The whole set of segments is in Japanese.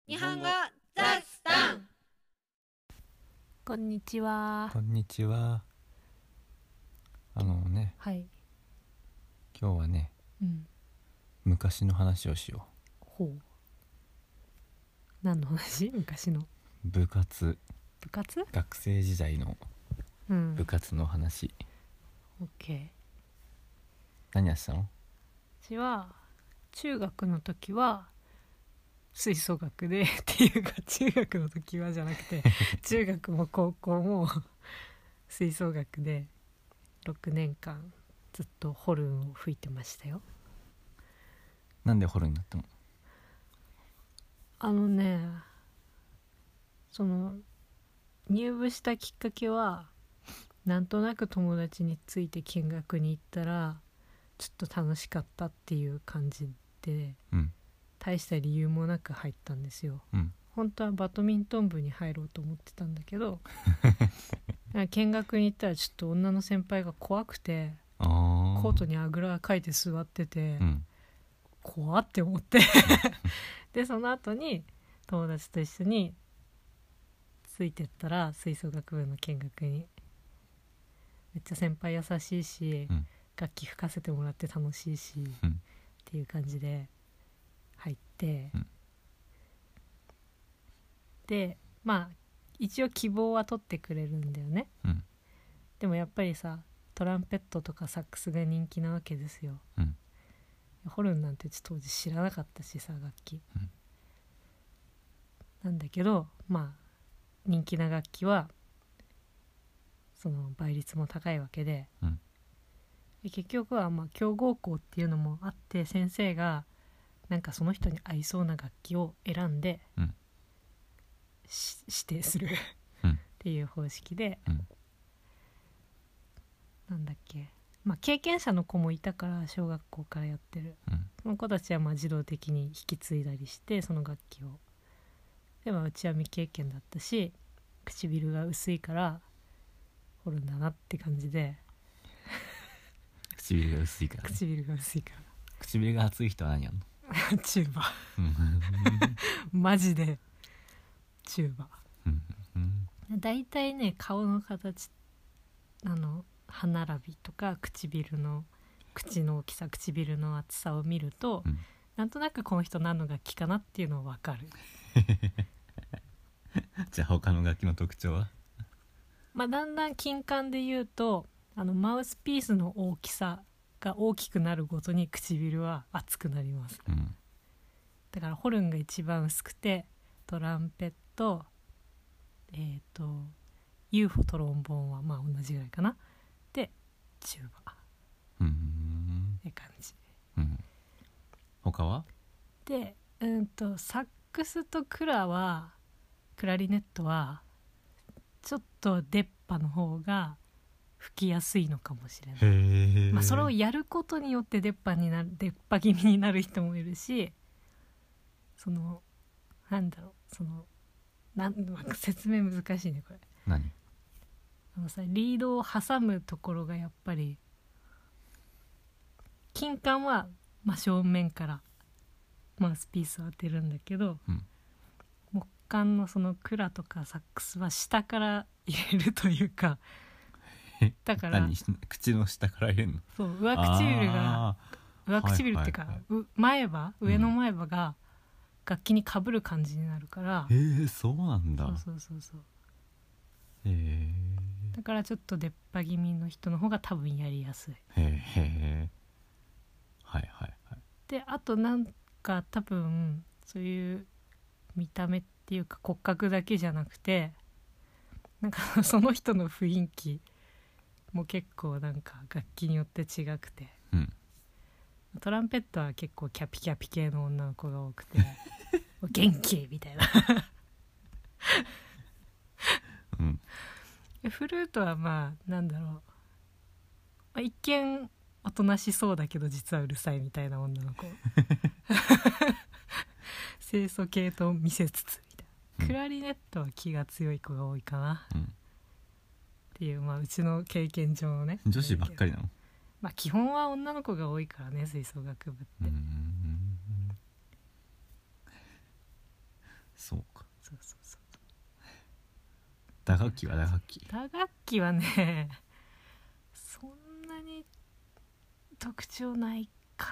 日本語ザスタン。 こんにちは。 こんにちは。 はい。 今日はね、昔の話をしよほう。何の話？昔のう。部活学生時代の部活の話。 オッケー。 何やってたの？ 私は中学の時は吹奏楽でっていうか、中学の時はじゃなくて中学も高校も吹奏楽で6年間ずっとホルンを吹いてましたよ。 なんでホルンになったの？ その入部したきっかけは、なんとなく友達について見学に行ったらちょっと楽しかったっていう感じで、大した理由もなく入ったんですよ。本当はバドミントン部に入ろうと思ってたんだけど見学に行ったらちょっと女の先輩が怖くて、コートにあぐらかいて座ってて、怖って思ってでその後に友達と一緒についてったら、吹奏楽部の見学にめっちゃ先輩優しいし、楽器吹かせてもらって楽しいし、っていう感じで入って、でまあ一応希望は取ってくれるんだよね。でもやっぱりさ、トランペットとかサックスが人気なわけですよ。ホルンなんて当時知らなかったしさ、楽器、なんだけど、まあ人気な楽器はその倍率も高いわけで、結局はまあ強豪校っていうのもあって、先生がなんかその人に合いそうな楽器を選んで、指定するっていう方式で、なんだっけ、まあ経験者の子もいたから、小学校からやってる、その子たちはまあ自動的に引き継いだりして、その楽器を。でもうちは未経験だったし、唇が薄いから掘るんだなって感じで唇が薄いからね。 唇が薄いから唇が厚い人は何やんの？ チューバマジでチューバ。だいたいね、顔の形、歯並びとか唇の口の大きさ、唇の厚さを見ると、なんとなくこの人何の楽器かなっていうのは分かるじゃあ他の楽器の特徴は？ まあだんだん金管で言うと、マウスピースの大きさが大きくなるごとに唇は厚くなります、だからホルンが一番薄くて、トランペット、UFO トロンボーンはまあ同じぐらいかな。でチューバって感じ、 他は？ でサックスとクラリネットはちょっと出っ歯の方が吹きやすいのかもしれない。まあ、それをやることによって出っ歯気味になる人もいるし、説明難しいねこれ。 何？ リードを挟むところがやっぱり、金管は真正面からマウスピースを当てるんだけど、木管のそのクラとかサックスは下から入れるというか、だから口の下から入れるの？ そう、上唇っていうか、上の前歯が楽器に被る感じになるから。 そうなんだ。 そうだからちょっと出っ歯気味の人の方が多分やりやすい。であとなんか多分そういう見た目っていうか骨格だけじゃなくて、なんかその人の雰囲気も結構なんか楽器によって違くて、トランペットは結構キャピキャピ系の女の子が多くて元気みたいなフルートはまあなんだろう、まあ、一見おとなしそうだけど実はうるさいみたいな女の子清楚系と見せつつみたいな。クラリネットは気が強い子が多いかな、っていう、まあうちの経験上のね。 女子ばっかりなの？ まあ基本は女の子が多いからね、吹奏楽部って。 そうか。 そうそうそう。 打楽器はねそんなに特徴ないか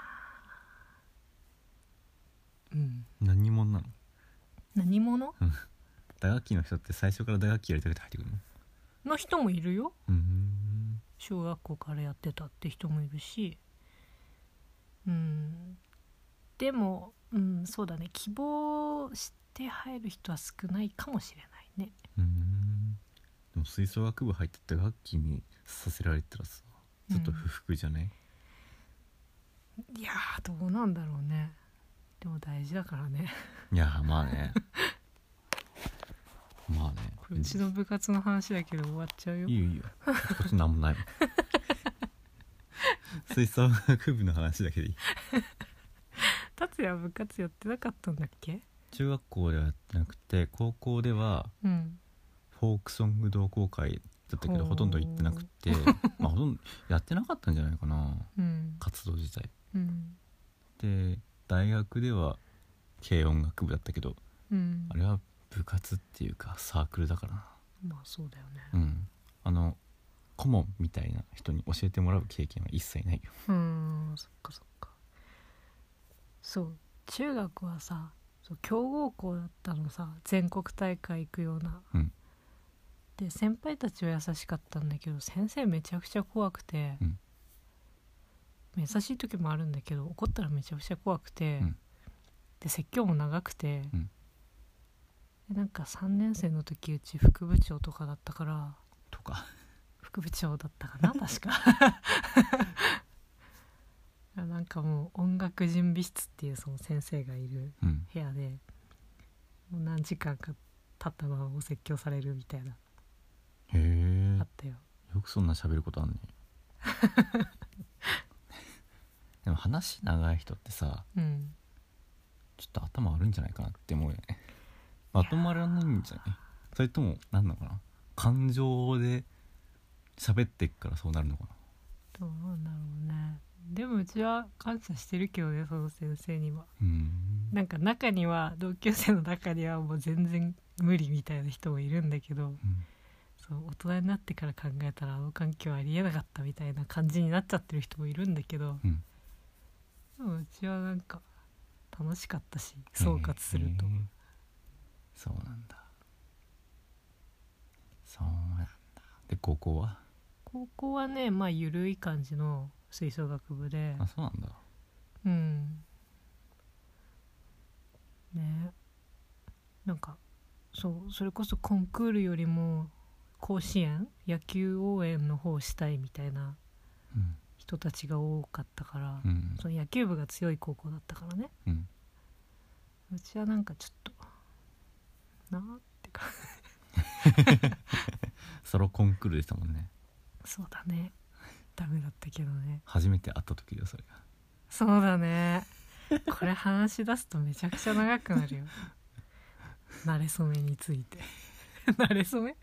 な。 何者なの？ 何者？ 打楽器の人って最初から打楽器やりたくて入ってくるの人もいるよ。 の？ 小学校からやってたって人もいるし、でも、そうだね、希望して入る人は少ないかもしれないね。 でも吹奏楽部入って打楽器にさせられたらさ、ちょっと不服じゃない？ いやー、どうなんだろうね。でも大事だからね。 いやまあねこれうちの部活の話だけど終わっちゃうよ。 いいよこっちなんもないもん吹奏楽部の話だけでいい。 達也は部活やってなかったんだっけ？ 中学校ではやってなくて、高校ではフォークソング同好会だったけどほとんど行ってなくてほとんどやってなかったんじゃないかな、活動自体、で大学では軽音楽部だったけど、あれは部活っていうかサークルだからな。 まあそうだよね。 顧問みたいな人に教えてもらう経験は一切ないよ。 そっかそっか。そう中学はさ、強豪校だったのさ、全国大会行くような、で先輩たちは優しかったんだけど先生めちゃくちゃ怖くて、優しい時もあるんだけど怒ったらめちゃくちゃ怖くて、で説教も長くて、でなんか3年生の時うち副部長とかだったから副部長だったかな確かなんかもう音楽準備室っていうその先生がいる部屋で、もう何時間か経ったままお説教されるみたいな。 へえ。 あったよ。 よくそんな喋ることあんねでも話長い人ってさ、ちょっと頭悪いんじゃないかなって思うよね。まとまらないんじゃない？それとも何なのかな、感情で喋ってっからそうなるのかな。 どうなんだろうね。でもうちは感謝してるけどね、その先生には。なんか中には同級生の中にはもう全然無理みたいな人もいるんだけど、そう大人になってから考えたらあの環境ありえなかったみたいな感じになっちゃってる人もいるんだけど、でもうちはなんか楽しかったし、総括すると、 そうなんだ。そうなんだ。で高校はね、まあ緩い感じの吹奏楽部で。 あ、そうなんだ。 ね、なんかそれこそコンクールよりも甲子園野球応援の方をしたいみたいな人たちが多かったから、その野球部が強い高校だったからね、うちはなんかちょっとなーってかソロコンクールでしたもんね。 そうだね、ダメだったけどね。 初めて会った時よそれが。 そうだね、これ話し出すとめちゃくちゃ長くなるよ慣れ初めについて慣れ初め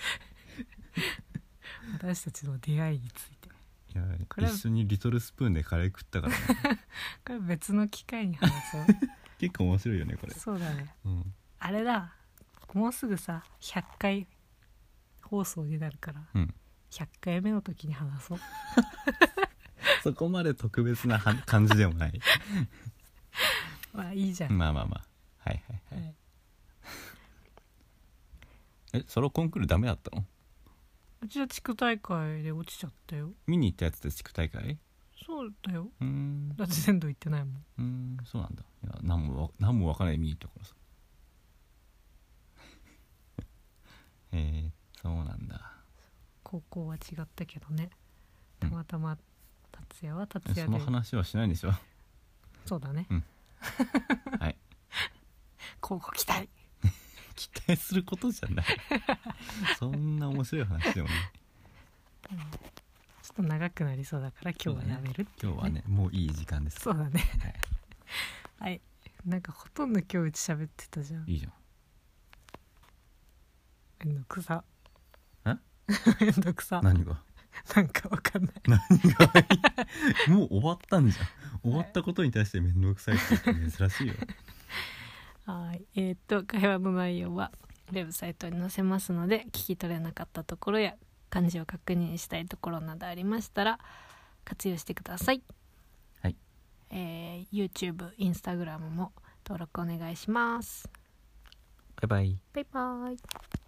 私たちの出会いについて。 いや一緒にリトルスプーンでカレー食ったからねこれ別の機会に話そう結構面白いよねこれ。 そうだね、あれだ、もうすぐさ100回放送になるから、100回目の時に話そうそこまで特別な感じでもないまあいいじゃん。 まあはいソロコンクールダメだったの？ うちは地区大会で落ちちゃったよ。 見に行ったやつで地区大会？ そうだよ。だって全土行ってないもん。そうなんだ。いや何も分からない見に行ったからさそうなんだ。 高校は違ったけどね、たまたま達也は達也で。 その話はしないんでしょ。 そうだね、 はい交互期待期待することじゃないそんな面白い話でもね、 ちょっと長くなりそうだから今日はやめるっていう、 今日はねもういい時間です。 そうだねはい、なんかほとんど今日うち喋ってたじゃん。 いいじゃん。 めんどくさめんどくさ。 何がなんかわかんない。 何がもう終わったんじゃん。終わったことに対してめんどくさいって珍しいよはい、会話の内容はウェブサイトに載せますので、聞き取れなかったところや漢字を確認したいところなどありましたら活用してください。 はい、 YouTube、Instagram も登録お願いします。 バイバイ。 バイバイ。